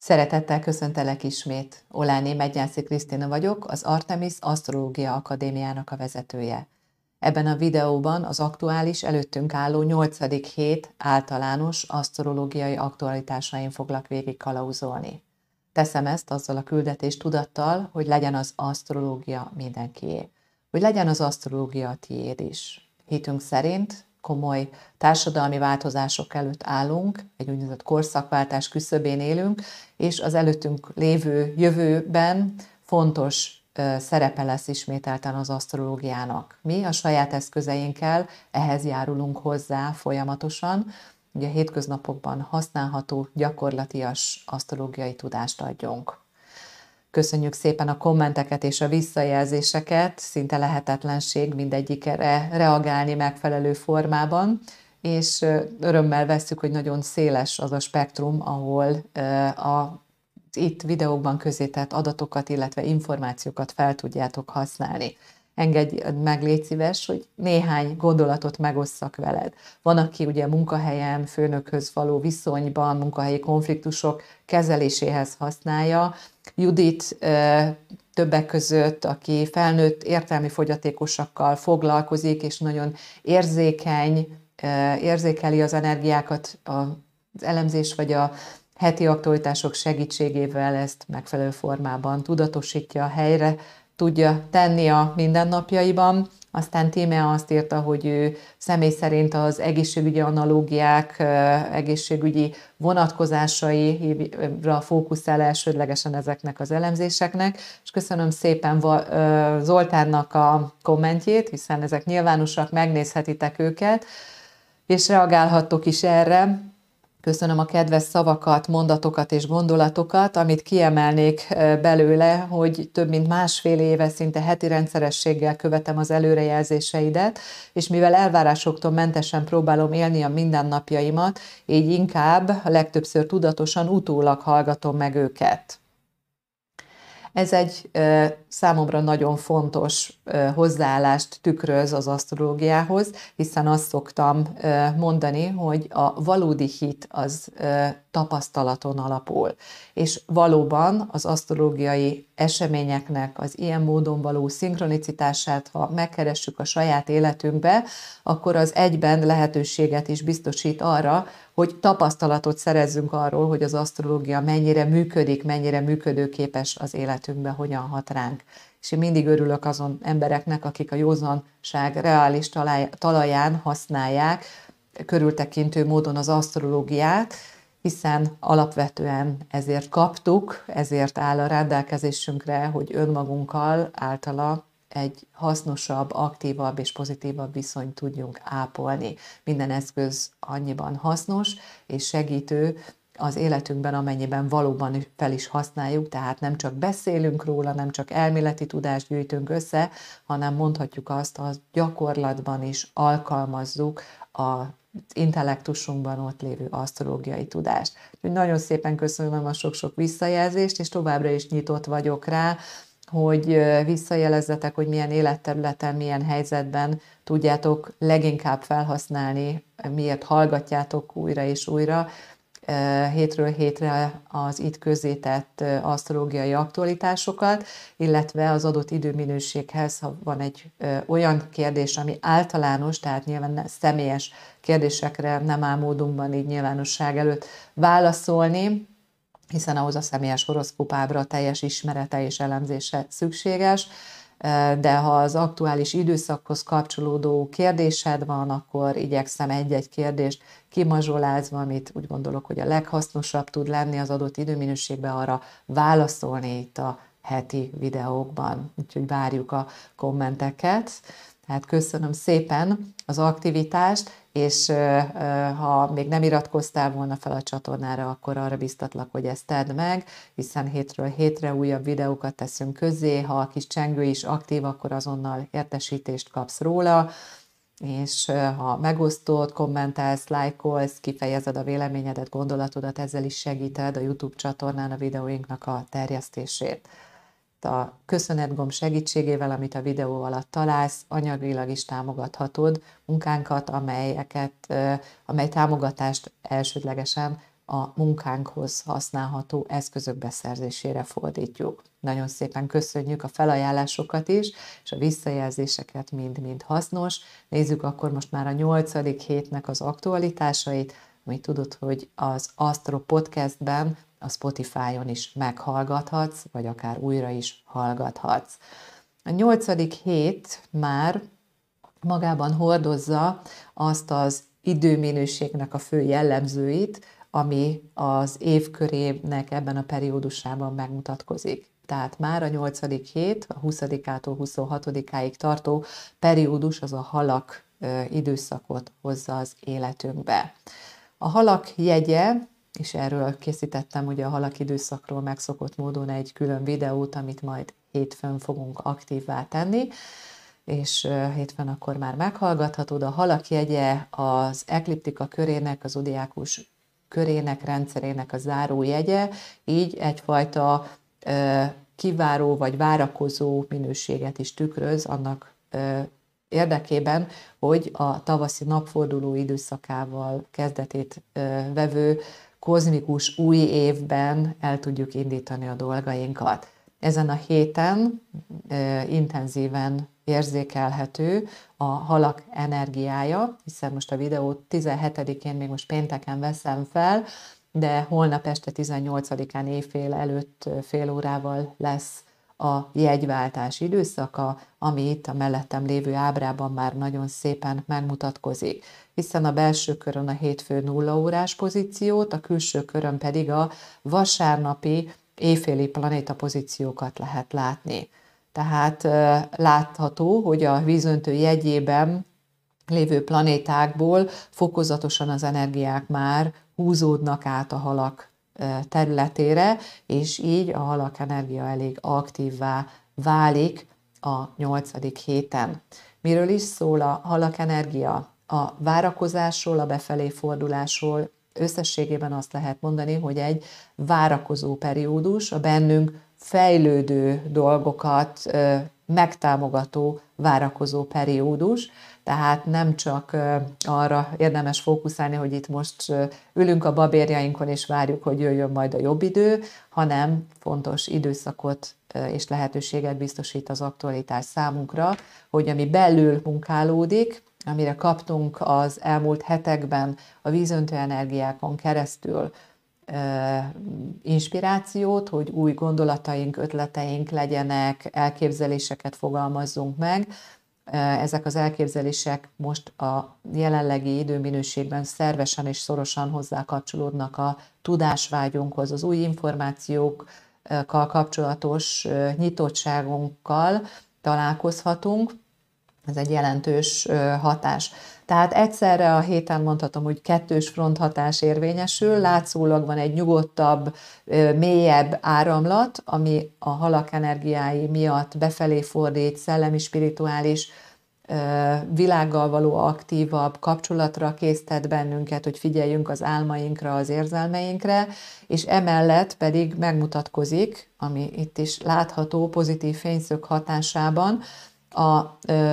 Szeretettel köszöntelek ismét. Oláné Mednyászi Krisztina vagyok, az Artemis Asztrológia Akadémiának a vezetője. Ebben a videóban az aktuális, előttünk álló 8. hét általános asztrológiai aktualitásain foglak végig kalauzolni. Teszem ezt azzal a küldetés tudattal, hogy legyen az asztrológia mindenkié. Hogy legyen az asztrológia a tiéd is. Hitünk szerint komoly társadalmi változások előtt állunk, egy úgynevezett korszakváltás küszöbén élünk, és az előttünk lévő jövőben fontos szerepe lesz ismételten az asztrológiának. Mi a saját eszközeinkkel ehhez járulunk hozzá folyamatosan, hogy a hétköznapokban használható, gyakorlatias asztrológiai tudást adjunk. Köszönjük szépen a kommenteket és a visszajelzéseket, szinte lehetetlenség mindegyikre reagálni megfelelő formában, és örömmel vesszük, hogy nagyon széles az a spektrum, ahol az itt videókban közzétett adatokat, illetve információkat fel tudjátok használni. Engedj meg, légy szíves, hogy néhány gondolatot megosszak veled. Van, aki ugye munkahelyen, főnökhöz való viszonyban, munkahelyi konfliktusok kezeléséhez használja. Judit többek között, aki felnőtt értelmi fogyatékosakkal foglalkozik, és nagyon érzékeli az energiákat, az elemzés vagy a heti aktualitások segítségével ezt megfelelő formában tudatosítja, helyre tudja tenni a mindennapjaiban. Aztán Tímea azt írta, hogy ő személy szerint az egészségügyi analógiák, egészségügyi vonatkozásaira fókuszál elsődlegesen ezeknek az elemzéseknek, és köszönöm szépen Zoltánnak a kommentjét, hiszen ezek nyilvánosak, megnézhetitek őket, és reagálhattok is erre. Köszönöm a kedves szavakat, mondatokat és gondolatokat, amit kiemelnék belőle, hogy több mint másfél éve szinte heti rendszerességgel követem az előrejelzéseidet, és mivel elvárásoktól mentesen próbálom élni a mindennapjaimat, így inkább legtöbbször tudatosan utólag hallgatom meg őket. Ez egy számomra nagyon fontos hozzáállást tükröz az asztrológiához, hiszen azt szoktam mondani, hogy a valódi hit az tapasztalaton alapul. És valóban az asztrológiai eseményeknek az ilyen módon való szinkronicitását, ha megkeressük a saját életünkbe, akkor az egyben lehetőséget is biztosít arra, hogy tapasztalatot szerezzünk arról, hogy az asztrológia mennyire működik, mennyire működőképes az életünkben, hogyan hat ránk. És én mindig örülök azon embereknek, akik a józanság reális talaján használják körültekintő módon az asztrológiát, hiszen alapvetően ezért kaptuk, ezért áll a rendelkezésünkre, hogy önmagunkkal általa egy hasznosabb, aktívabb és pozitívabb viszonyt tudjunk ápolni. Minden eszköz annyiban hasznos és segítő az életünkben, amennyiben valóban fel is használjuk, tehát nem csak beszélünk róla, nem csak elméleti tudást gyűjtünk össze, hanem mondhatjuk azt, hogy gyakorlatban is alkalmazzuk az intellektusunkban ott lévő asztrológiai tudást. Úgyhogy nagyon szépen köszönöm a sok-sok visszajelzést, és továbbra is nyitott vagyok rá, hogy visszajelezzetek, hogy milyen életterületen, milyen helyzetben tudjátok leginkább felhasználni, miért hallgatjátok újra és újra, hétről hétre az itt közzétett asztrológiai aktualitásokat, illetve az adott időminőséghez, ha van egy olyan kérdés, ami általános, tehát nyilván személyes kérdésekre nem áll módunkban így nyilvánosság előtt válaszolni, hiszen ahhoz a személyes horoszkópábra teljes ismerete és elemzése szükséges, de ha az aktuális időszakhoz kapcsolódó kérdésed van, akkor igyekszem egy-egy kérdést kimazsolázva, amit úgy gondolok, hogy a leghasznosabb tud lenni az adott időminőségben, arra válaszolni itt a heti videókban. Úgyhogy várjuk a kommenteket. Tehát köszönöm szépen az aktivitást, és ha még nem iratkoztál volna fel a csatornára, akkor arra biztatlak, hogy ezt tedd meg, hiszen hétről hétre újabb videókat teszünk közzé, ha a kis csengő is aktív, akkor azonnal értesítést kapsz róla, és ha megosztod, kommentálsz, lájkolsz, kifejezed a véleményedet, gondolatodat, ezzel is segíted a YouTube csatornán a videóinknak a terjesztését. A köszönetgomb segítségével, amit a videó alatt találsz, anyagilag is támogathatod munkánkat, amely támogatást elsődlegesen a munkánkhoz használható eszközök beszerzésére fordítjuk. Nagyon szépen köszönjük a felajánlásokat is, és a visszajelzéseket mind-mind hasznos. Nézzük akkor most már a 8. hétnek az aktualitásait, amit tudod, hogy az Astro Podcastben, a Spotify-on is meghallgathatsz, vagy akár újra is hallgathatsz. A 8. hét már magában hordozza azt az időminőségnek a fő jellemzőit, ami az évkörének ebben a periódusában megmutatkozik. Tehát már a 8. hét, a 20-ától 26-áig tartó periódus az a halak időszakot hozza az életünkbe. A halak jegye, és erről készítettem ugye a halak időszakról megszokott módon egy külön videót, amit majd hétfőn fogunk aktívvá tenni, és hétfőn akkor már meghallgathatod. A halak jegye az ekliptika körének, az zodiákus körének, rendszerének a záró jegye, így egyfajta kiváró vagy várakozó minőséget is tükröz annak érdekében, hogy a tavaszi napforduló időszakával kezdetét vevő kozmikus új évben el tudjuk indítani a dolgainkat. Ezen a héten intenzíven érzékelhető a halak energiája, hiszen most a videót 17-én, még most pénteken veszem fel, de holnap este 18-án éjfél előtt fél órával lesz a jegyváltás időszaka, ami itt a mellettem lévő ábrában már nagyon szépen megmutatkozik. Hiszen a belső körön a hétfő 0 órás pozíciót, a külső körön pedig a vasárnapi éjféli planéta pozíciókat lehet látni. Tehát látható, hogy a vízöntő jegyében lévő planétákból fokozatosan az energiák már húzódnak át a halak területére, és így a halak energia elég aktívvá válik a 8. héten. Miről is szól a halak energia? A várakozásról, a befelé fordulásról összességében azt lehet mondani, hogy egy várakozó periódus, a bennünk fejlődő dolgokat megtámogató várakozó periódus, tehát nem csak arra érdemes fókuszálni, hogy itt most ülünk a babérjainkon és várjuk, hogy jöjjön majd a jobb idő, hanem fontos időszakot és lehetőséget biztosít az aktualitás számunkra, hogy ami belül munkálódik, amire kaptunk az elmúlt hetekben a vízöntő energiákon keresztül inspirációt, hogy új gondolataink, ötleteink legyenek, elképzeléseket fogalmazzunk meg. Ezek az elképzelések most a jelenlegi időminőségben szervesen és szorosan hozzá kapcsolódnak a tudásvágyunkhoz, az új információkkal kapcsolatos nyitottságunkkal találkozhatunk. Ez egy jelentős hatás. Tehát egyszerre a héten mondhatom, hogy kettős fronthatás érvényesül, látszólag van egy nyugodtabb, mélyebb áramlat, ami a halak energiái miatt befelé fordít, szellemi, spirituális, világgal való aktívabb kapcsolatra késztet bennünket, hogy figyeljünk az álmainkra, az érzelmeinkre, és emellett pedig megmutatkozik, ami itt is látható pozitív fényszög hatásában, a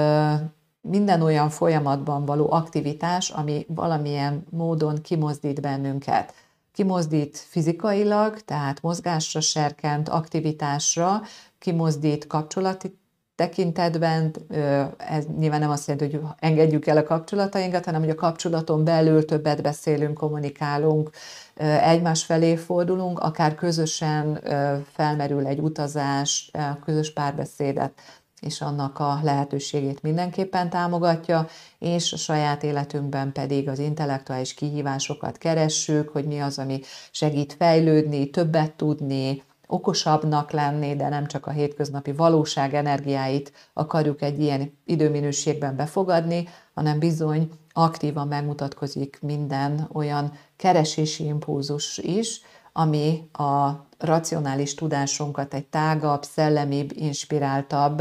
minden olyan folyamatban való aktivitás, ami valamilyen módon kimozdít bennünket. Kimozdít fizikailag, tehát mozgásra serkent, aktivitásra, kimozdít kapcsolati tekintetben, ez nyilván nem azt jelenti, hogy engedjük el a kapcsolatainkat, hanem hogy a kapcsolaton belül többet beszélünk, kommunikálunk, egymás felé fordulunk, akár közösen felmerül egy utazás, közös párbeszédet, és annak a lehetőségét mindenképpen támogatja, és a saját életünkben pedig az intellektuális kihívásokat keressük, hogy mi az, ami segít fejlődni, többet tudni, okosabbnak lenni, de nem csak a hétköznapi valóság energiáit akarjuk egy ilyen időminőségben befogadni, hanem bizony aktívan megmutatkozik minden olyan keresési impulzus is, ami a racionális tudásunkat egy tágabb, szellemibb, inspiráltabb,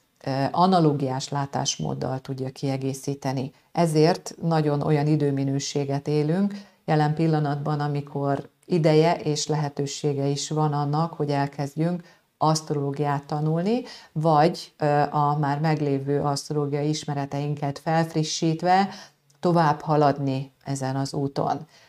analógiás látásmóddal tudja kiegészíteni. Ezért nagyon olyan időminőséget élünk jelen pillanatban, amikor ideje és lehetősége is van annak, hogy elkezdjünk asztrológiát tanulni, vagy a már meglévő asztrológiai ismereteinket felfrissítve tovább haladni ezen az úton.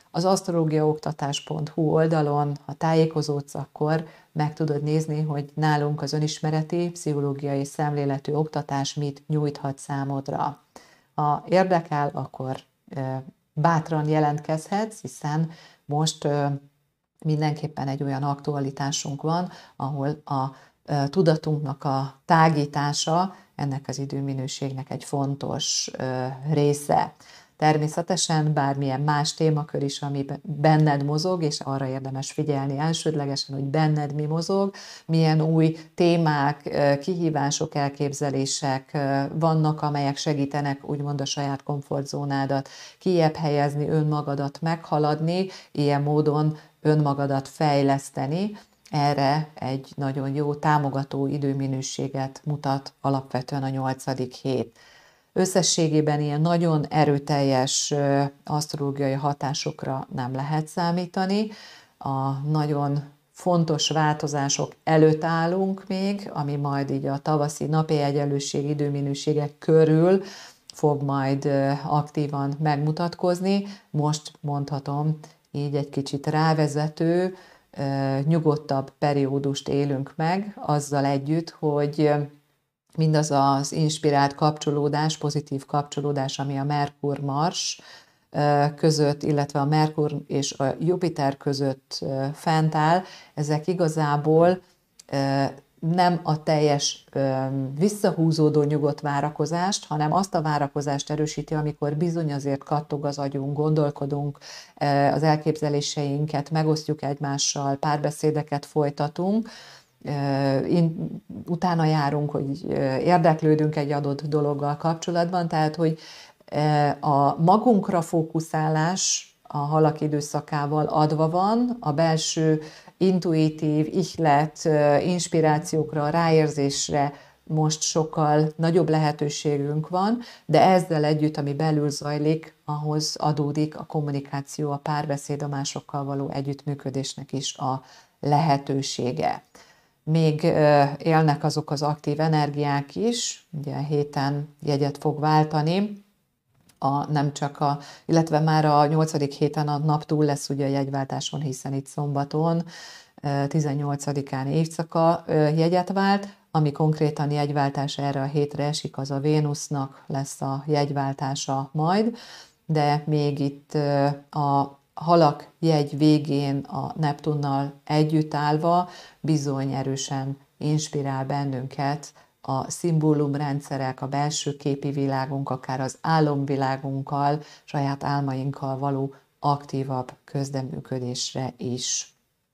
Az asztrológiaoktatás.hu oldalon, ha tájékozódsz, akkor meg tudod nézni, hogy nálunk az önismereti, pszichológiai szemléletű oktatás mit nyújthat számodra. Ha érdekel, akkor bátran jelentkezhetsz, hiszen most mindenképpen egy olyan aktualitásunk van, ahol a tudatunknak a tágítása ennek az időminőségnek egy fontos része. Természetesen bármilyen más témakör is, ami benned mozog, és arra érdemes figyelni elsődlegesen, hogy benned mi mozog, milyen új témák, kihívások, elképzelések vannak, amelyek segítenek úgymond a saját komfortzónádat kijebb helyezni, önmagadat meghaladni, ilyen módon önmagadat fejleszteni. Erre egy nagyon jó támogató időminőséget mutat alapvetően a 8. hét. Összességében ilyen nagyon erőteljes asztrológiai hatásokra nem lehet számítani. A nagyon fontos változások előtt állunk még, ami majd így a tavaszi napi egyenlőség időminőségek körül fog majd aktívan megmutatkozni. Most mondhatom, így egy kicsit rávezető, nyugodtabb periódust élünk meg, azzal együtt, hogy mindaz az inspirált kapcsolódás, pozitív kapcsolódás, ami a Merkur-Mars között, illetve a Merkur és a Jupiter között fent áll, ezek igazából nem a teljes visszahúzódó nyugodt várakozást, hanem azt a várakozást erősíti, amikor bizony azért kattog az agyunk, gondolkodunk, az elképzeléseinket megosztjuk egymással, párbeszédeket folytatunk, utána járunk, hogy érdeklődünk egy adott dologgal kapcsolatban, tehát hogy a magunkra fókuszálás a halak időszakával adva van, a belső intuitív, ihlet, inspirációkra, ráérzésre most sokkal nagyobb lehetőségünk van, de ezzel együtt, ami belül zajlik, ahhoz adódik a kommunikáció, a párbeszéd, a másokkal való együttműködésnek is a lehetősége. Még élnek azok az aktív energiák is, ugye a héten jegyet fog váltani, illetve már a 8. héten a nap túl lesz ugye a jegyváltáson, hiszen itt szombaton, 18-án évszaka jegyet vált, ami konkrétan jegyváltás erre a hétre esik, az a Vénusznak lesz a jegyváltása majd, de még itt a halak jegy végén a Neptunnal együtt állva bizony erősen inspirál bennünket a szimbólumrendszerek, a belső képi világunk, akár az álomvilágunkkal, saját álmainkkal való aktívabb közreműködésre is.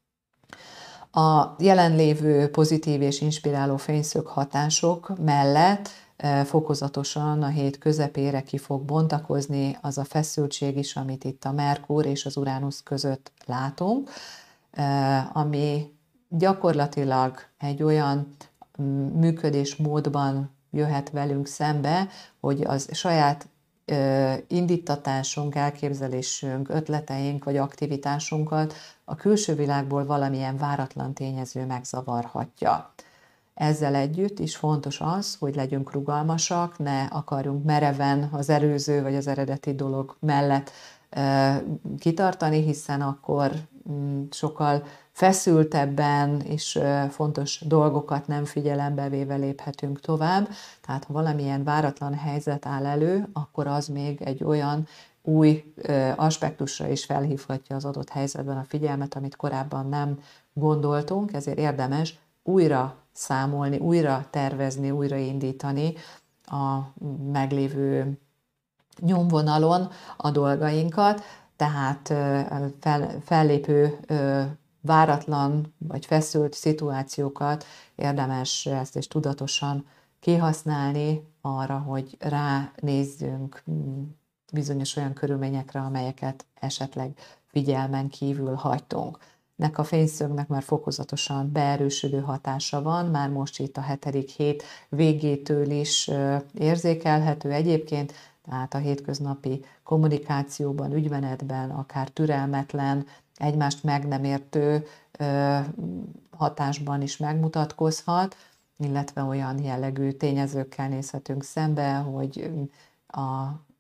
A jelenlévő pozitív és inspiráló fényszög hatások mellett fokozatosan a hét közepére ki fog bontakozni az a feszültség is, amit itt a Merkur és az Uránusz között látunk, ami gyakorlatilag egy olyan működésmódban jöhet velünk szembe, hogy az saját indítatásunk, elképzelésünk, ötleteink vagy aktivitásunkat a külső világból valamilyen váratlan tényező megzavarhatja. Ezzel együtt is fontos az, hogy legyünk rugalmasak, ne akarjunk mereven az előző vagy az eredeti dolog mellett kitartani, hiszen akkor sokkal feszültebben és fontos dolgokat nem figyelembe véve léphetünk tovább. Tehát ha valamilyen váratlan helyzet áll elő, akkor az még egy olyan új aspektusra is felhívhatja az adott helyzetben a figyelmet, amit korábban nem gondoltunk, ezért érdemes újra számolni, újra tervezni, újraindítani a meglévő nyomvonalon a dolgainkat, tehát fellépő váratlan vagy feszült szituációkat érdemes ezt is tudatosan kihasználni arra, hogy ránézzünk bizonyos olyan körülményekre, amelyeket esetleg figyelmen kívül hagytunk. Nek a fényszögnek már fokozatosan beerősödő hatása van, már most itt a 7. hét végétől is érzékelhető egyébként, tehát a hétköznapi kommunikációban, ügymenetben, akár türelmetlen, egymást meg nem értő hatásban is megmutatkozhat, illetve olyan jellegű tényezőkkel nézhetünk szembe, hogy a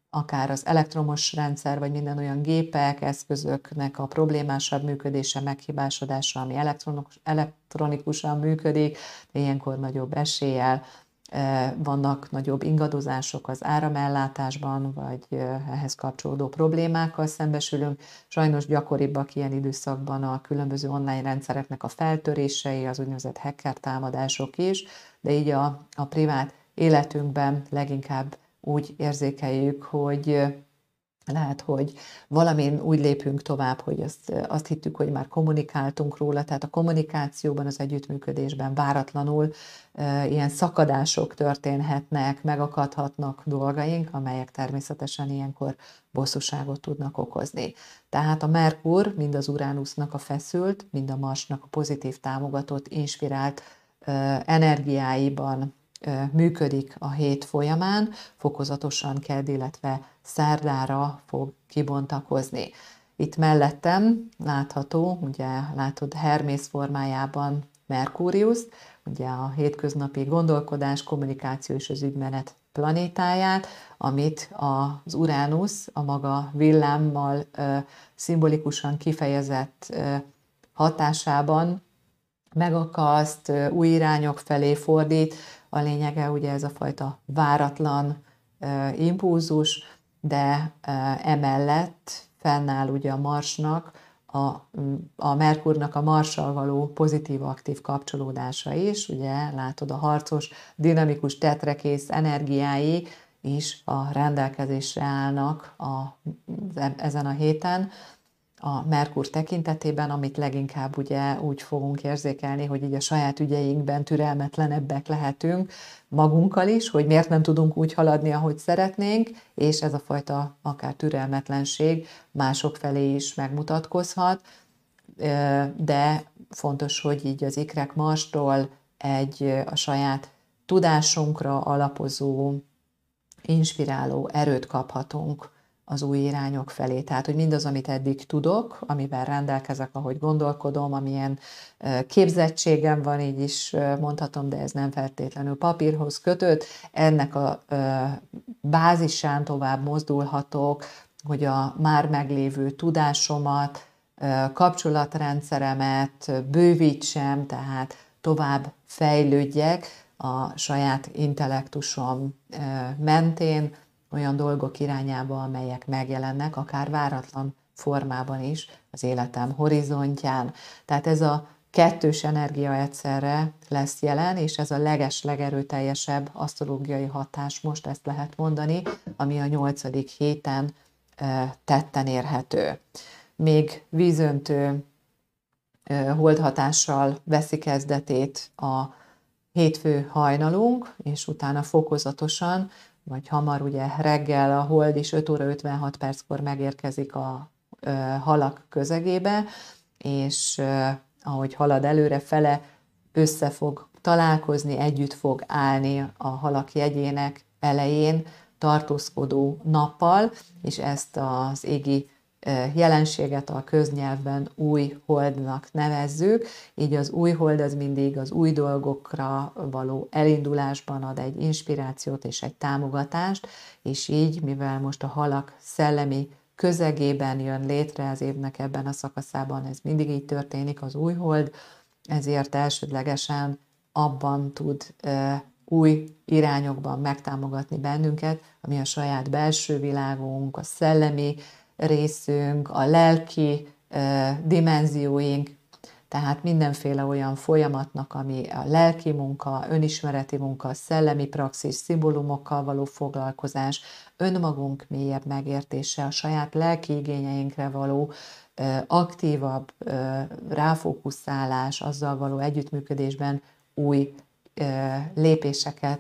akár az elektromos rendszer, vagy minden olyan gépek, eszközöknek a problémásabb működése, meghibásodása, ami elektronikusan működik, de ilyenkor nagyobb eséllyel vannak nagyobb ingadozások az áramellátásban, vagy ehhez kapcsolódó problémákkal szembesülünk. Sajnos gyakoribbak ilyen időszakban a különböző online rendszereknek a feltörései, az úgynevezett hacker támadások is, de így a privát életünkben leginkább úgy érzékeljük, hogy lehet, hogy valamin úgy lépünk tovább, hogy azt hittük, hogy már kommunikáltunk róla, tehát a kommunikációban, az együttműködésben váratlanul ilyen szakadások történhetnek, megakadhatnak dolgaink, amelyek természetesen ilyenkor bosszúságot tudnak okozni. Tehát a Merkur mind az Uránusznak a feszült, mind a Marsnak a pozitív támogatott, inspirált energiáiban működik a hét folyamán, fokozatosan kedd, illetve szerdára fog kibontakozni. Itt mellettem látható, ugye látod Hermész formájában Merkúriusz, ugye a hétköznapi gondolkodás, kommunikáció és az ügymenet planétáját, amit az Uránusz a maga villámmal szimbolikusan kifejezett hatásában megakaszt, új irányok felé fordít. A lényege ugye ez a fajta váratlan impulzus, de emellett fennáll ugye a Marsnak, a Merkurnak a Marssal való pozitív, aktív kapcsolódása is, ugye látod a harcos, dinamikus, tetrekész energiái is a rendelkezésre állnak ezen a héten, a Merkur tekintetében, amit leginkább ugye úgy fogunk érzékelni, hogy így a saját ügyeinkben türelmetlenebbek lehetünk magunkkal is, hogy miért nem tudunk úgy haladni, ahogy szeretnénk, és ez a fajta akár türelmetlenség mások felé is megmutatkozhat, de fontos, hogy így az ikrek Marstól a saját tudásunkra alapozó, inspiráló erőt kaphatunk az új irányok felé. Tehát, hogy mindaz, amit eddig tudok, amivel rendelkezek, ahogy gondolkodom, amilyen képzettségem van, így is mondhatom, de ez nem feltétlenül papírhoz kötött, ennek a bázisán tovább mozdulhatok, hogy a már meglévő tudásomat, kapcsolatrendszeremet bővítsem, tehát tovább fejlődjek a saját intellektusom mentén, olyan dolgok irányába, amelyek megjelennek, akár váratlan formában is az életem horizontján. Tehát ez a kettős energia egyszerre lesz jelen, és ez a legerőteljesebb asztrológiai hatás, most ezt lehet mondani, ami a 8. héten tetten érhető. Még vízöntő holdhatással veszi kezdetét a hétfő hajnalunk, és utána fokozatosan, vagy hamar ugye reggel a hold is 5 óra 56 perckor megérkezik a halak közegébe, és ahogy halad előre fele, össze fog találkozni, együtt fog állni a halak jegyének elején tartózkodó nappal, és ezt az égi jelenséget a köznyelvben új holdnak nevezzük, így az új hold az mindig az új dolgokra való elindulásban ad egy inspirációt és egy támogatást, és így, mivel most a halak szellemi közegében jön létre az évnek ebben a szakaszában, ez mindig így történik, az új hold, ezért elsődlegesen abban tud új irányokban megtámogatni bennünket, ami a saját belső világunk, a szellemi részünk, a lelki dimenzióink, tehát mindenféle olyan folyamatnak, ami a lelki munka, önismereti munka, szellemi praxis, szimbólumokkal való foglalkozás, önmagunk mélyebb megértése, a saját lelki igényeinkre való aktívabb ráfókuszálás, azzal való együttműködésben új lépéseket,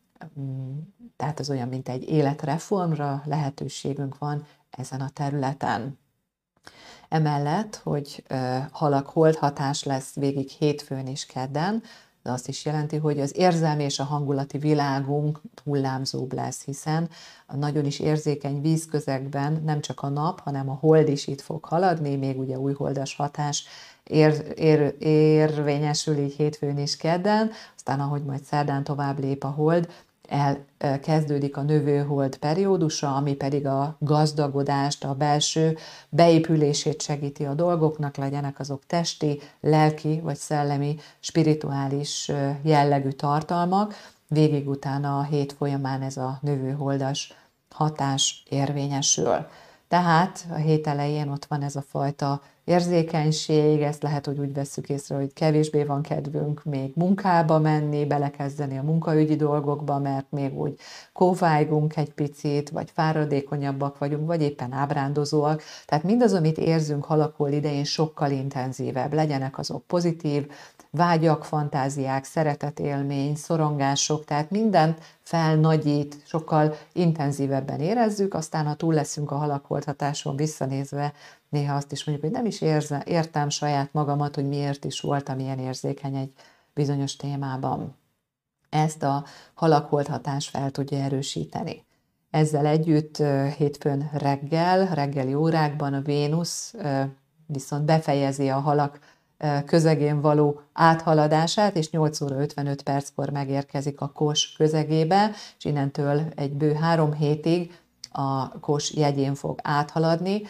tehát az olyan, mint egy életreformra lehetőségünk van ezen a területen. Emellett, hogy halak holdhatás lesz végig hétfőn és kedden, de azt is jelenti, hogy az érzelmi és a hangulati világunk hullámzóbb lesz, hiszen a nagyon is érzékeny vízközegben nem csak a nap, hanem a hold is itt fog haladni, még ugye újholdas hatás érvényesül így hétfőn és kedden, aztán ahogy majd szerdán tovább lép a hold, elkezdődik a növőhold periódusa, ami pedig a gazdagodást, a belső beépülését segíti a dolgoknak, legyenek azok testi, lelki vagy szellemi, spirituális jellegű tartalmak. Végig utána a hét folyamán ez a növőholdas hatás érvényesül. Tehát a hét elején ott van ez a fajta érzékenység, ezt lehet, hogy úgy vesszük észre, hogy kevésbé van kedvünk még munkába menni, belekezdeni a munkaügyi dolgokba, mert még úgy kóvájgunk egy picit, vagy fáradékonyabbak vagyunk, vagy éppen ábrándozóak. Tehát mindaz, amit érzünk halakhold idején, sokkal intenzívebb. Legyenek azok pozitív, vágyak, fantáziák, szeretetélmény, szorongások, tehát mindent felnagyít, sokkal intenzívebben érezzük, aztán ha túl leszünk a halakhold hatáson visszanézve, néha azt is mondjuk, hogy nem is értem saját magamat, hogy miért is voltam ilyen érzékeny egy bizonyos témában. Ezt a halakhold hatás fel tudja erősíteni. Ezzel együtt hétfőn reggeli órákban a Vénusz viszont befejezi a halak közegén való áthaladását, és 8 óra 55 perckor megérkezik a Kos közegébe, és innentől egy bő 3 hétig a Kos jegyén fog áthaladni.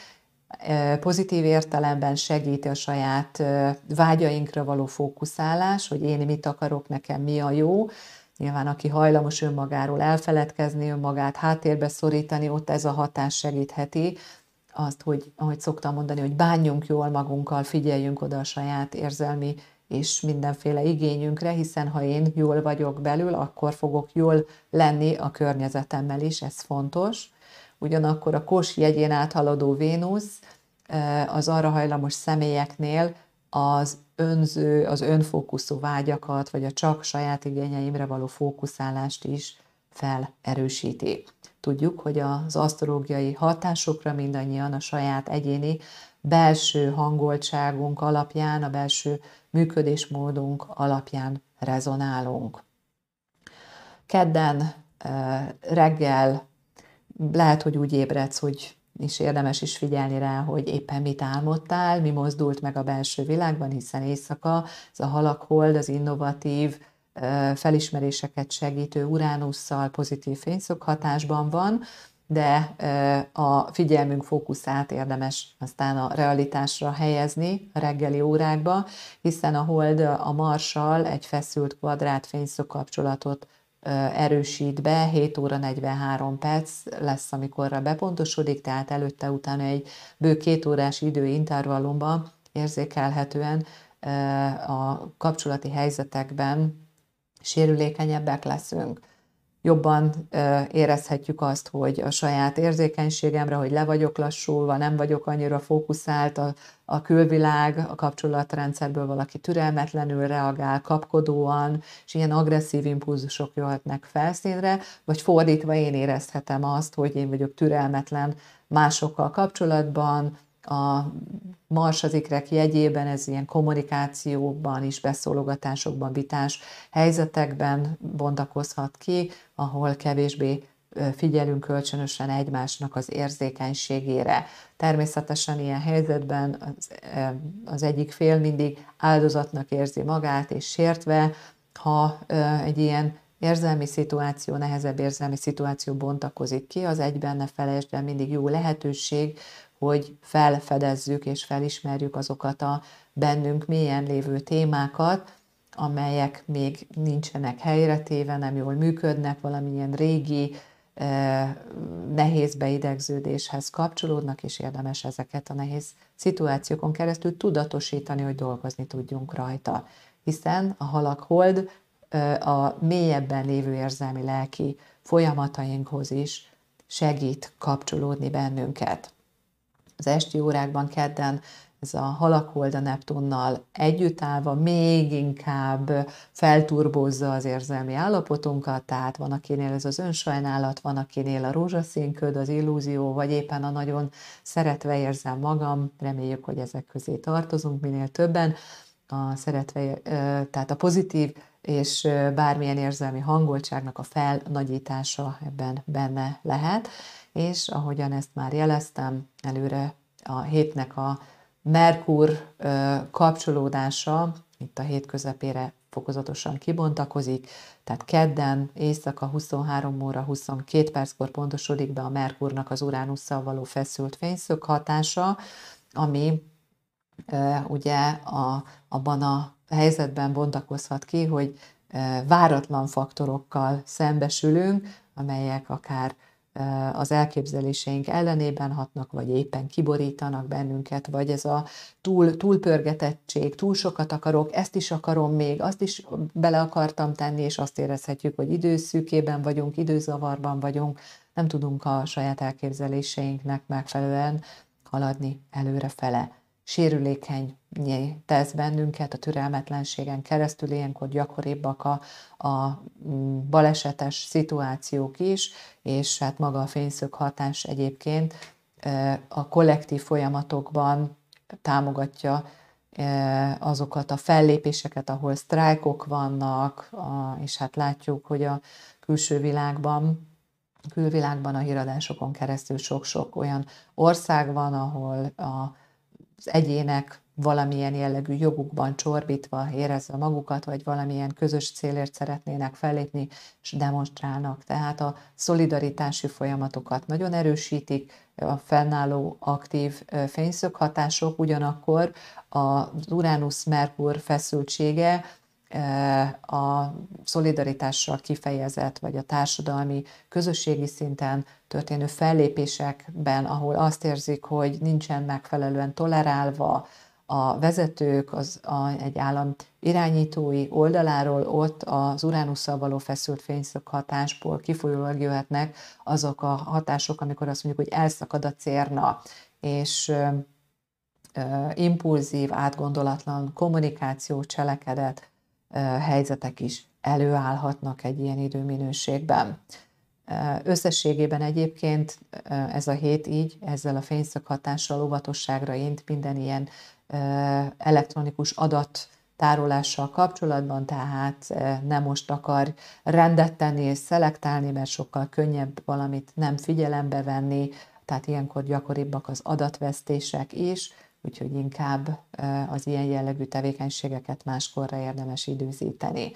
Pozitív értelemben segíti a saját vágyainkra való fókuszálás, hogy én mit akarok, nekem mi a jó. Nyilván aki hajlamos önmagáról elfeledkezni, önmagát háttérbe szorítani, ott ez a hatás segítheti azt, hogy ahogy szoktam mondani, hogy bánjunk jól magunkkal, figyeljünk oda a saját érzelmi és mindenféle igényünkre, hiszen ha én jól vagyok belül, akkor fogok jól lenni a környezetemmel is, ez fontos. Ugyanakkor a Kos jegyén áthaladó Vénusz az arra hajlamos személyeknél az önző, az önfókuszú vágyakat, vagy a csak saját igényeimre való fókuszálást is felerősíti. Tudjuk, hogy az asztrológiai hatásokra mindannyian a saját egyéni belső hangoltságunk alapján, a belső működésmódunk alapján rezonálunk. Kedden reggel lehet, hogy úgy ébredsz, hogy is érdemes is figyelni rá, hogy éppen mit álmodtál, mi mozdult meg a belső világban, hiszen éjszaka ez a halakhold, az innovatív, felismeréseket segítő Uránusszal pozitív fényszöghatásban van, de a figyelmünk fókuszát érdemes aztán a realitásra helyezni a reggeli órákba, hiszen a hold a Marssal egy feszült kvadrát fényszög kapcsolatot erősít be, 7 óra 43 perc lesz, amikorra bepontosodik, tehát előtte-utána egy bő 2 órás időintervallumban érzékelhetően a kapcsolati helyzetekben sérülékenyebbek leszünk. Jobban érezhetjük azt, hogy a saját érzékenységemre, hogy le vagyok lassulva, nem vagyok annyira fókuszált, a külvilág, a kapcsolatrendszerből valaki türelmetlenül reagál, kapkodóan, és ilyen agresszív impulzusok jöhetnek felszínre, vagy fordítva én érezhetem azt, hogy én vagyok türelmetlen másokkal kapcsolatban, a Mars az ikrek jegyében ez ilyen kommunikációban is, beszólogatásokban, vitás helyzetekben bontakozhat ki, ahol kevésbé figyelünk kölcsönösen egymásnak az érzékenységére. Természetesen ilyen helyzetben az egyik fél mindig áldozatnak érzi magát, és sértve, ha egy ilyen érzelmi szituáció, nehezebb érzelmi szituáció bontakozik ki, az egyben ne felejtsd el, mindig jó lehetőség, hogy felfedezzük és felismerjük azokat a bennünk mélyen lévő témákat, amelyek még nincsenek helyretéve, nem jól működnek, valamilyen régi, nehéz beidegződéshez kapcsolódnak, és érdemes ezeket a nehéz szituációkon keresztül tudatosítani, hogy dolgozni tudjunk rajta. Hiszen a halakhold a mélyebben lévő érzelmi lelki folyamatainkhoz is segít kapcsolódni bennünket. Az esti órákban kedden ez a halakhold a Neptunnal együttállva még inkább felturbózza az érzelmi állapotunkat, tehát van akinél ez az önsajnálat, van akinél a rózsaszínköd, az illúzió, vagy éppen a nagyon szeretve érzem magam, reméljük, hogy ezek közé tartozunk minél többen, tehát a pozitív és bármilyen érzelmi hangoltságnak a felnagyítása ebben benne lehet, és ahogyan ezt már jeleztem, előre a hétnek a Merkur kapcsolódása itt a hét közepére fokozatosan kibontakozik, tehát kedden éjszaka 23 óra 22 perckor pontosodik be a Merkurnak az Uránusszal való feszült fényszög hatása, ami ugye abban a helyzetben bontakozhat ki, hogy váratlan faktorokkal szembesülünk, amelyek akár az elképzeléseink ellenében hatnak, vagy éppen kiborítanak bennünket, vagy ez a túlpörgetettség, túl sokat akarok, ezt is akarom még, azt is bele akartam tenni, és azt érezhetjük, hogy időszűkében vagyunk, időzavarban vagyunk, nem tudunk a saját elképzeléseinknek megfelelően haladni előrefele. Sérülékenyé tesz bennünket a türelmetlenségen keresztül, ilyenkor gyakoribbak a balesetes szituációk is, és hát maga a fényszög hatás egyébként a kollektív folyamatokban támogatja azokat a fellépéseket, ahol sztrájkok vannak, és hát látjuk, hogy a külvilágban a híradásokon keresztül sok-sok olyan ország van, ahol az egyének valamilyen jellegű jogukban csorbítva érezve magukat, vagy valamilyen közös célért szeretnének fellépni, és demonstrálnak. Tehát a szolidaritási folyamatokat nagyon erősítik, a fennálló aktív fényszöghatások, ugyanakkor az Uránusz-Merkur feszültsége a szolidaritással kifejezett, vagy a társadalmi, közösségi szinten történő fellépésekben, ahol azt érzik, hogy nincsen megfelelően tolerálva a vezetők egy állam irányítói oldaláról, ott az Uránusszal való feszült fényszög hatásból kifolyólag jöhetnek azok a hatások, amikor azt mondjuk, hogy elszakad a cérna, és impulzív, átgondolatlan kommunikáció, cselekedet, helyzetek is előállhatnak egy ilyen időminőségben. Összességében egyébként ez a hét így, ezzel a fényszög hatással óvatosságra int minden ilyen elektronikus adattárolással kapcsolatban, tehát nem most akar rendet tenni és szelektálni, mert sokkal könnyebb valamit nem figyelembe venni, tehát ilyenkor gyakoribbak az adatvesztések is, úgyhogy inkább az ilyen jellegű tevékenységeket máskorra érdemes időzíteni.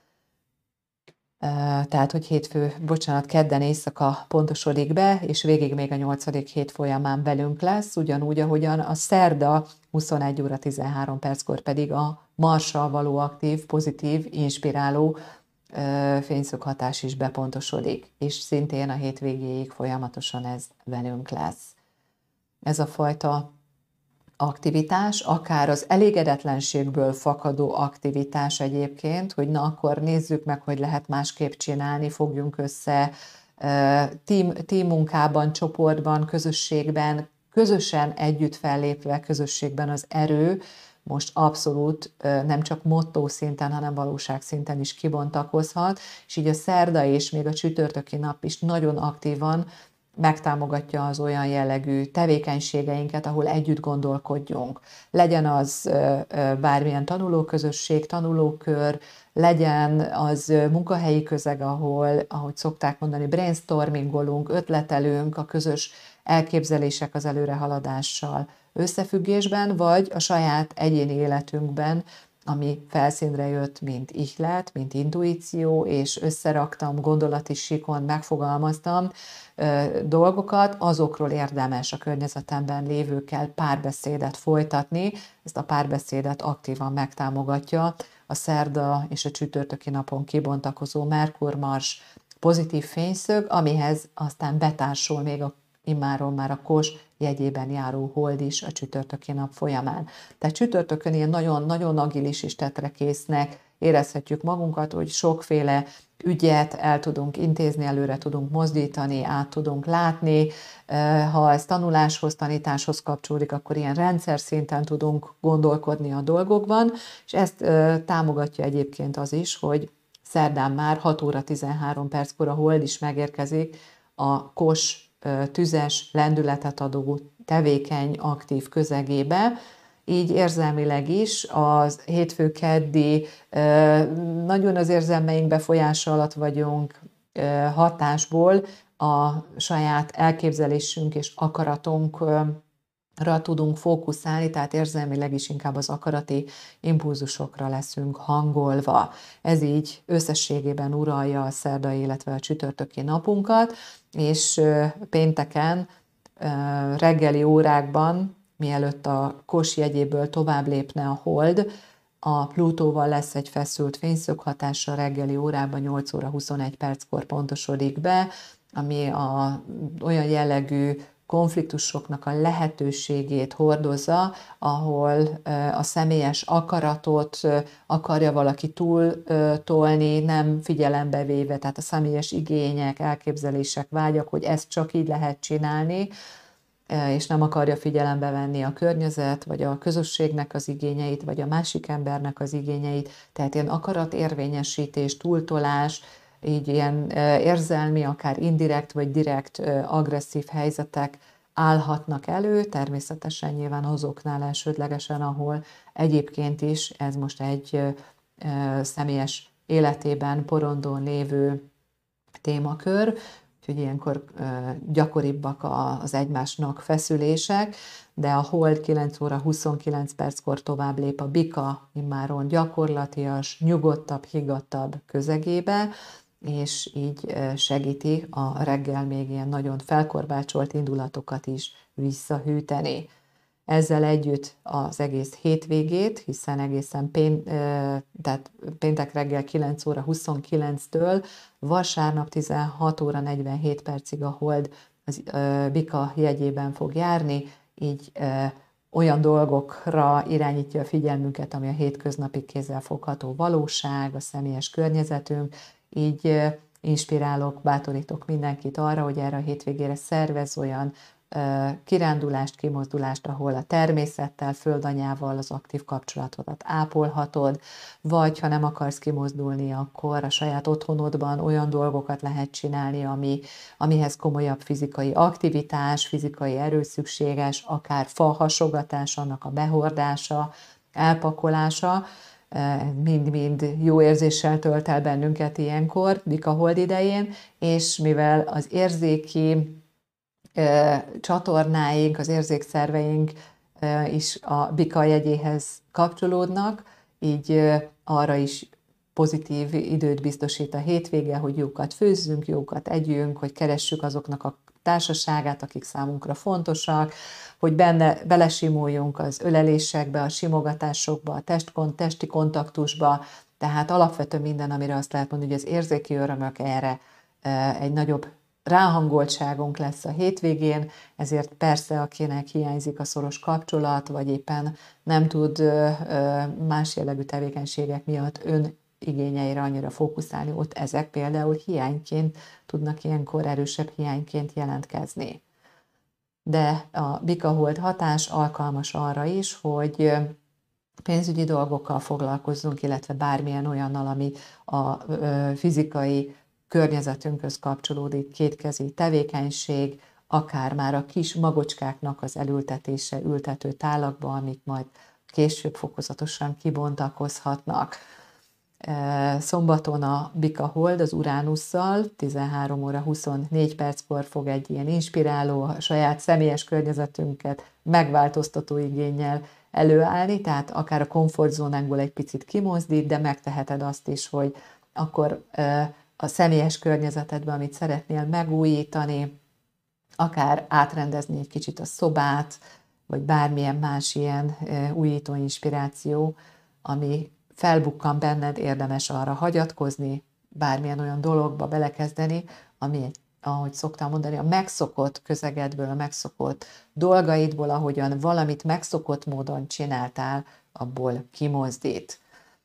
Tehát, hogy kedden éjszaka pontosodik be, és végig még a 8. hét folyamán velünk lesz, ugyanúgy, ahogyan a szerda 21 óra 13 perckor pedig a Marssal való aktív, pozitív, inspiráló fényszöghatás is bepontosodik, és szintén a hét végéig folyamatosan ez velünk lesz. Ez a fajta aktivitás, akár az elégedetlenségből fakadó aktivitás egyébként, hogy na akkor nézzük meg, hogy lehet másképp csinálni, fogjunk össze team munkában, csoportban, közösségben, közösen együtt fellépve, közösségben az erő most abszolút nem csak motto szinten, hanem valóság szinten is kibontakozhat, és így a szerda és még a csütörtöki nap is nagyon aktívan megtámogatja az olyan jellegű tevékenységeinket, ahol együtt gondolkodjunk. Legyen az bármilyen tanulóközösség, tanulókör, legyen az munkahelyi közeg, ahol, ahogy szokták mondani, brainstormingolunk, ötletelünk a közös elképzelések az előrehaladással összefüggésben, vagy a saját egyéni életünkben, ami felszínre jött, mint ihlet, mint intuíció, és összeraktam, gondolati síkon megfogalmaztam dolgokat, azokról érdemes a környezetemben lévőkkel párbeszédet folytatni. Ezt a párbeszédet aktívan megtámogatja a szerda és a csütörtöki napon kibontakozó Merkur-Mars pozitív fényszög, amihez aztán betársul még immáron már a Kos jegyében járó hold is a csütörtöki nap folyamán. Tehát csütörtökön ilyen nagyon-nagyon agilis és tetrekésznek érezhetjük magunkat, hogy sokféle ügyet el tudunk intézni, előre tudunk mozdítani, át tudunk látni. Ha ez tanuláshoz, tanításhoz kapcsolódik, akkor ilyen rendszer szinten tudunk gondolkodni a dolgokban, és ezt támogatja egyébként az is, hogy szerdán már 6 óra 13 perckor a hold is megérkezik a Kos tüzes, lendületet adó, tevékeny, aktív közegébe, így érzelmileg is az hétfő-keddi nagyon az érzelmeink befolyása alatt vagyunk, hatásból a saját elképzelésünk és akaratunk tudunk fókuszálni, tehát érzelmileg is inkább az akarati impulzusokra leszünk hangolva. Ez így összességében uralja a szerdai, illetve a csütörtöki napunkat, és pénteken reggeli órákban, mielőtt a Kos jegyéből tovább lépne a hold, a Plutóval lesz egy feszült fényszög hatása, reggeli órában 8 óra 21 perckor pontosodik be, ami olyan jellegű konfliktusoknak a lehetőségét hordozza, ahol a személyes akaratot akarja valaki túl tolni, nem figyelembe véve, tehát a személyes igények, elképzelések, vágyak, hogy ezt csak így lehet csinálni, és nem akarja figyelembe venni a környezet, vagy a közösségnek az igényeit, vagy a másik embernek az igényeit, tehát ilyen akaratérvényesítés, túltolás, így ilyen érzelmi, akár indirekt vagy direkt agresszív helyzetek állhatnak elő, természetesen nyilván azoknál elsődlegesen, ahol egyébként is ez most egy személyes életében porondon lévő témakör, úgyhogy ilyenkor gyakoribbak az egymásnak feszülések, de a hold 9 óra 29 perckor tovább lép a bika immáron gyakorlatias, nyugodtabb, higgadtabb közegébe, és így segíti a reggel még ilyen nagyon felkorbácsolt indulatokat is visszahűteni. Ezzel együtt az egész hétvégét, hiszen egészen tehát péntek reggel 9 óra 29-től vasárnap 16 óra 47 percig a hold az bika jegyében fog járni, így olyan dolgokra irányítja a figyelmünket, ami a hétköznapi kézzelfogható valóság, a személyes környezetünk, így inspirálok, bátorítok mindenkit arra, hogy erre a hétvégére szervez olyan kirándulást, kimozdulást, ahol a természettel, földanyával az aktív kapcsolatodat ápolhatod, vagy ha nem akarsz kimozdulni, akkor a saját otthonodban olyan dolgokat lehet csinálni, amihez komolyabb fizikai aktivitás, fizikai erő szükséges, akár fahasogatás, annak a behordása, elpakolása, mind-mind jó érzéssel tölt el bennünket ilyenkor, bika hold idején, és mivel az érzéki csatornáink, az érzékszerveink is a bika jegyéhez kapcsolódnak, így arra is pozitív időt biztosít a hétvége, hogy jókat főzzünk, jókat együnk, hogy keressük azoknak a társaságát, akik számunkra fontosak, hogy belesimuljunk az ölelésekbe, a simogatásokba, a testi kontaktusba, tehát alapvetően minden, amire azt lehet mondani, hogy az érzéki örömök erre egy nagyobb ráhangoltságunk lesz a hétvégén, ezért persze, akinek hiányzik a szoros kapcsolat, vagy éppen nem tud más jellegű tevékenységek miatt igényeire annyira fókuszálni, ott ezek például hiányként tudnak ilyenkor erősebb hiányként jelentkezni. De a bika hold hatás alkalmas arra is, hogy pénzügyi dolgokkal foglalkozzunk, illetve bármilyen olyannal, ami a fizikai környezetünkhöz kapcsolódik, kétkezi tevékenység, akár már a kis magocskáknak az elültetése ültető tálakba, amik majd később fokozatosan kibontakozhatnak. Szombaton a bika hold az Uránusszal 13 óra 24 perckor fog egy ilyen inspiráló, a saját személyes környezetünket megváltoztató igénnyel előállni, tehát akár a komfortzónánkból egy picit kimozdít, de megteheted azt is, hogy akkor a személyes környezetedben, amit szeretnél megújítani, akár átrendezni egy kicsit a szobát, vagy bármilyen más ilyen újító inspiráció, ami felbukkan benned, érdemes arra hagyatkozni, bármilyen olyan dologba belekezdeni, ami, ahogy szoktam mondani, a megszokott közegedből, a megszokott dolgaidból, ahogyan valamit megszokott módon csináltál, abból kimozdít.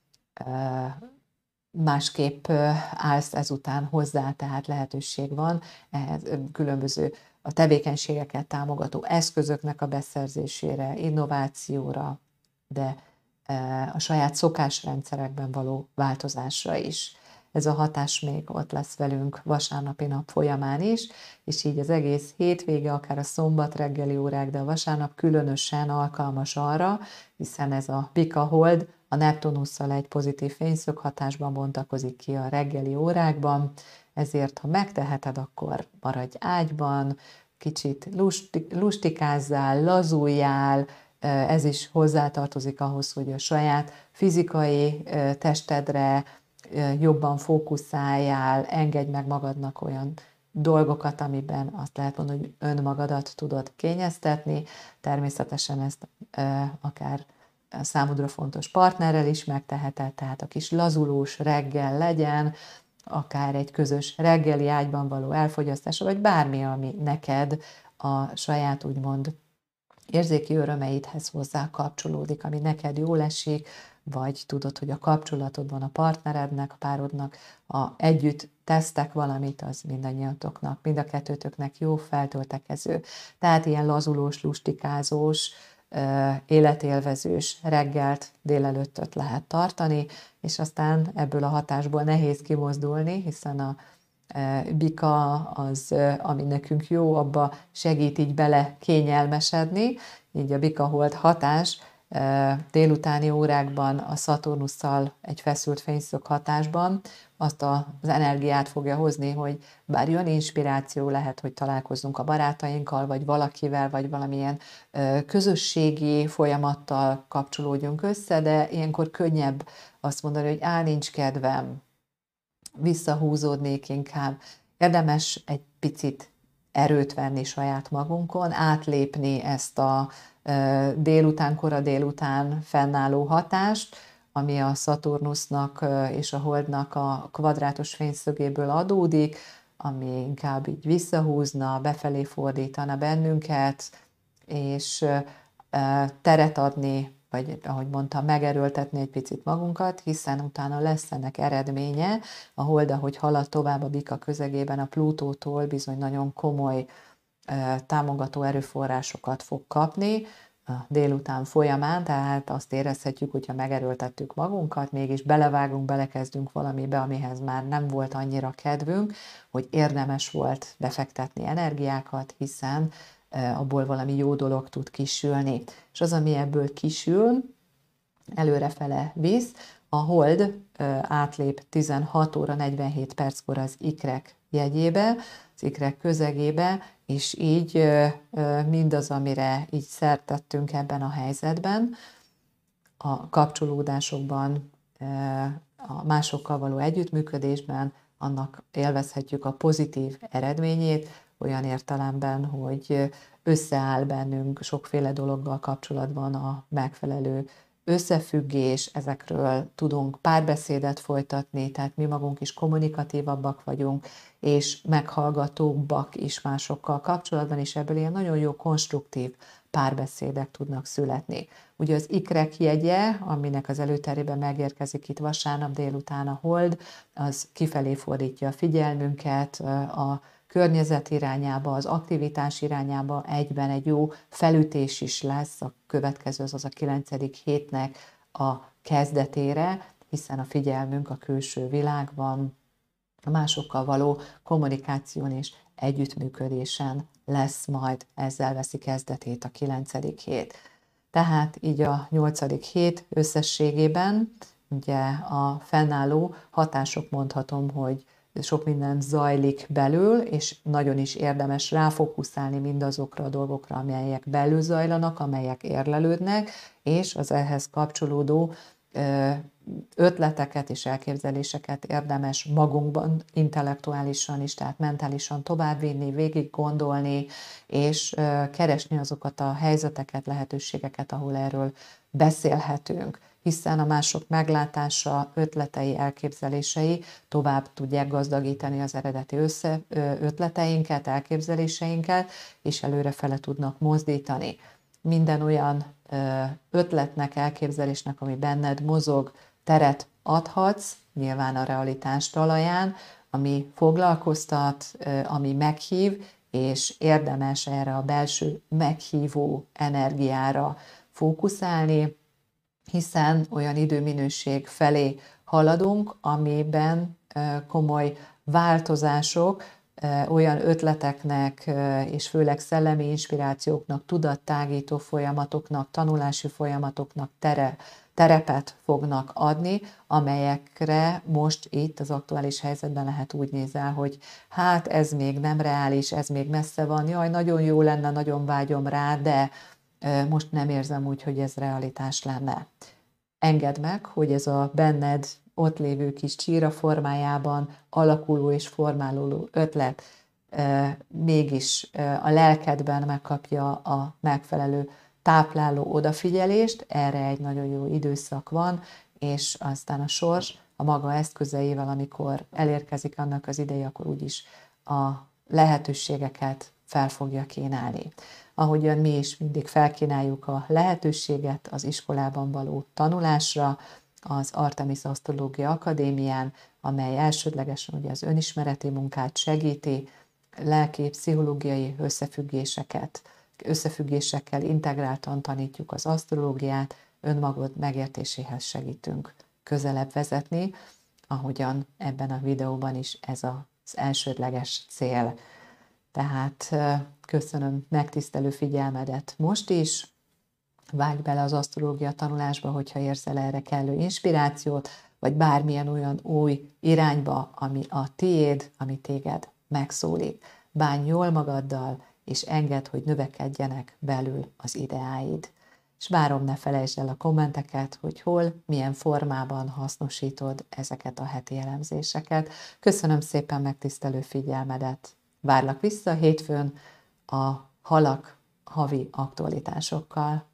Másképp állsz ezután hozzá, tehát lehetőség van ehhez különböző a tevékenységeket támogató eszközöknek a beszerzésére, innovációra, de a saját szokásrendszerekben való változásra is. Ez a hatás még ott lesz velünk vasárnapi nap folyamán is, és így az egész hétvége, akár a szombat reggeli órák, de a vasárnap különösen alkalmas arra, hiszen ez a bika hold a Neptunusszal egy pozitív fényszög hatásban bontakozik ki a reggeli órákban, ezért ha megteheted, akkor maradj ágyban, kicsit lustikázzál, lazuljál, ez is hozzátartozik ahhoz, hogy a saját fizikai testedre jobban fókuszáljál, engedj meg magadnak olyan dolgokat, amiben azt lehet mondani, hogy önmagadat tudod kényeztetni. Természetesen ezt akár számodra fontos partnerrel is megteheted, tehát a kis lazulós reggel legyen, akár egy közös reggeli ágyban való elfogyasztása, vagy bármi, ami neked a saját úgymond érzéki örömeidhez hozzá kapcsolódik, ami neked jól esik, vagy tudod, hogy a kapcsolatodban a partnerednek, a párodnak együtt tesztek valamit, az mindannyiatoknak, mind a kettőtöknek jó, feltöltekező. Tehát ilyen lazulós, lustikázós, életélvezős reggelt, délelőttöt lehet tartani, és aztán ebből a hatásból nehéz kimozdulni, hiszen a bika az, ami nekünk jó, abba segít így bele kényelmesedni, így a bika hold hatás délutáni órákban a Szaturnusszal egy feszült fényszög hatásban azt az energiát fogja hozni, hogy bár jön inspiráció, lehet, hogy találkozzunk a barátainkkal, vagy valakivel, vagy valamilyen közösségi folyamattal kapcsolódjunk össze, de ilyenkor könnyebb azt mondani, hogy nincs kedvem, visszahúzódnék inkább. Érdemes egy picit erőt venni saját magunkon, átlépni ezt a kora délután fennálló hatást, ami a Szaturnusznak és a Holdnak a kvadrátos fényszögéből adódik, ami inkább így visszahúzna, befelé fordítana bennünket, és teret adni, vagy ahogy mondtam, megerőltetni egy picit magunkat, hiszen utána lesz ennek eredménye. A Hold, ahogy halad tovább a bika közegében a Plutótól, bizony nagyon komoly támogató erőforrásokat fog kapni a délután folyamán, tehát azt érezhetjük, hogyha megerőltettük magunkat, mégis belevágunk, belekezdünk valamibe, amihez már nem volt annyira kedvünk, hogy érdemes volt befektetni energiákat, hiszen abból valami jó dolog tud kisülni. És az, ami ebből kisül, előrefele visz, a Hold átlép 16 óra 47 perckor az ikrek jegyébe, az ikrek közegébe, és így mindaz, amire így szert tettünk ebben a helyzetben, a kapcsolódásokban, a másokkal való együttműködésben, annak élvezhetjük a pozitív eredményét, olyan értelemben, hogy összeáll bennünk sokféle dologgal kapcsolatban a megfelelő összefüggés, ezekről tudunk párbeszédet folytatni, tehát mi magunk is kommunikatívabbak vagyunk, és meghallgatóbbak is másokkal kapcsolatban, és ebből ilyen nagyon jó konstruktív párbeszédek tudnak születni. Ugye az ikrek jegye, aminek az előterében megérkezik itt vasárnap délután a Hold, az kifelé fordítja a figyelmünket, a környezet irányába, az aktivitás irányába, egyben egy jó felütés is lesz, a következő az a 9. hétnek a kezdetére, hiszen a figyelmünk a külső világban, a másokkal való kommunikáción és együttműködésen lesz majd, ezzel veszi kezdetét a 9. hét. Tehát így a 8. hét összességében, ugye a fennálló hatások, mondhatom, hogy sok minden zajlik belül, és nagyon is érdemes ráfókuszálni mindazokra a dolgokra, amelyek belül zajlanak, amelyek érlelődnek, és az ehhez kapcsolódó ötleteket és elképzeléseket érdemes magunkban intellektuálisan is, tehát mentálisan továbbvinni, végig gondolni, és keresni azokat a helyzeteket, lehetőségeket, ahol erről beszélhetünk, hiszen a mások meglátása, ötletei, elképzelései tovább tudják gazdagítani az eredeti ötleteinket, elképzeléseinket, és előrefele tudnak mozdítani. Minden olyan ötletnek, elképzelésnek, ami benned mozog, teret adhatsz, nyilván a realitás talaján, ami foglalkoztat, ami meghív, és érdemes erre a belső meghívó energiára fókuszálni, hiszen olyan időminőség felé haladunk, amiben komoly változások olyan ötleteknek, és főleg szellemi inspirációknak, tudattágító folyamatoknak, tanulási folyamatoknak terepet fognak adni, amelyekre most itt az aktuális helyzetben lehet úgy nézel, hogy hát ez még nem reális, ez még messze van, jaj, nagyon jó lenne, nagyon vágyom rá, de most nem érzem úgy, hogy ez realitás lenne. Engedd meg, hogy ez a benned ott lévő kis csíra formájában alakuló és formálódó ötlet mégis a lelkedben megkapja a megfelelő tápláló odafigyelést, erre egy nagyon jó időszak van, és aztán a sors a maga eszközeivel, amikor elérkezik annak az ideje, akkor úgyis a lehetőségeket fel fogja kínálni. Ahogyan mi is mindig felkínáljuk a lehetőséget az iskolában való tanulásra, az Artemis Asztrológia Akadémián, amely elsődlegesen ugye az önismereti munkát segíti, lelki, pszichológiai összefüggésekkel integráltan tanítjuk az asztrológiát, önmagad megértéséhez segítünk közelebb vezetni, ahogyan ebben a videóban is ez az elsődleges cél. Tehát köszönöm megtisztelő figyelmedet most is, vágj bele az asztrológia tanulásba, hogyha érzel erre kellő inspirációt, vagy bármilyen olyan új irányba, ami a tiéd, ami téged megszólít. Bánj jól magaddal, és engedd, hogy növekedjenek belül az ideáid. És várom, ne felejtsd el a kommenteket, hogy hol, milyen formában hasznosítod ezeket a heti elemzéseket. Köszönöm szépen megtisztelő figyelmedet. Várlak vissza hétfőn a halak havi aktualitásokkal.